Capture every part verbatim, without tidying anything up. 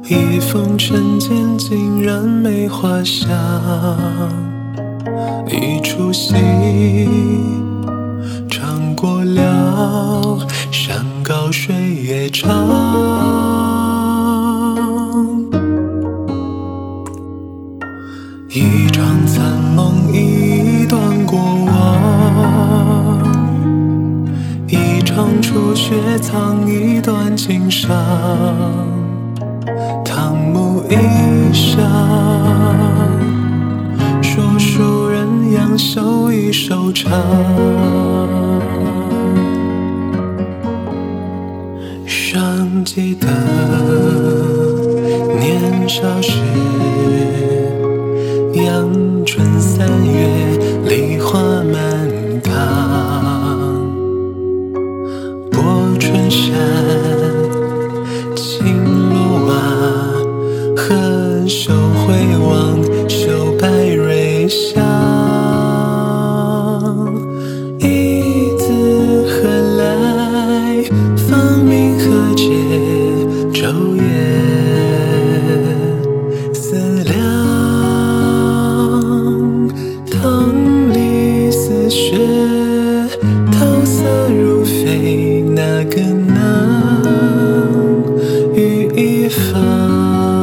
一封尘间竟然没画下一出戏，穿过了山高水也长，一场残梦，一段过往，一场初雪藏一段情伤，唐木一裳，说书人杨修一收场，尚记得年少时，阳春三月，梨花满堂，泊春山，青罗瓦，何袖回望，袖白蕊香。一字何来？芳名何解？昼夜思量。棠里似雪，桃色如飞，哪个能与一方？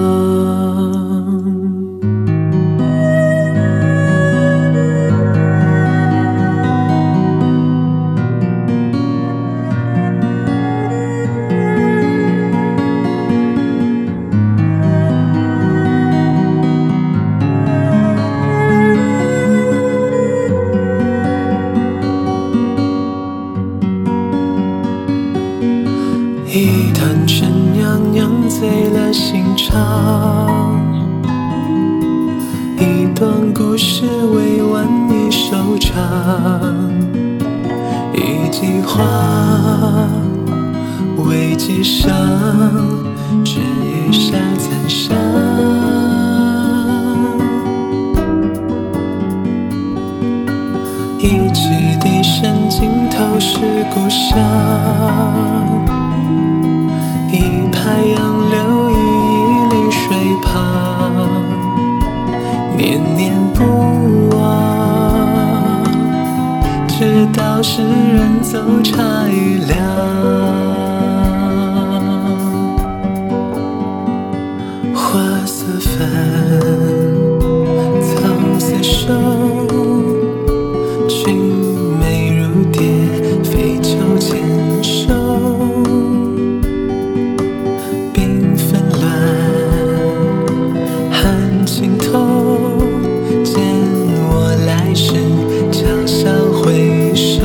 一坛陈酿酿醉了心肠，一段故事未完已收场，一季花未记上，只余下残香。一曲笛声尽头是故乡，一派杨柳依依绿水旁，念念不忘，直到世人走茶已凉。花似粉，草似手，君眉如蝶，飞秋牵手。心头见我来时，悄悄回首，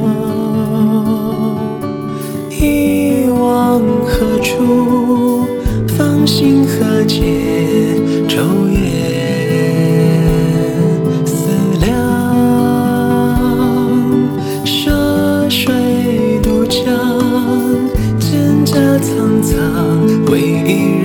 一往何处？芳心何解？昼夜思量。涉水渡江，蒹葭苍苍，回忆。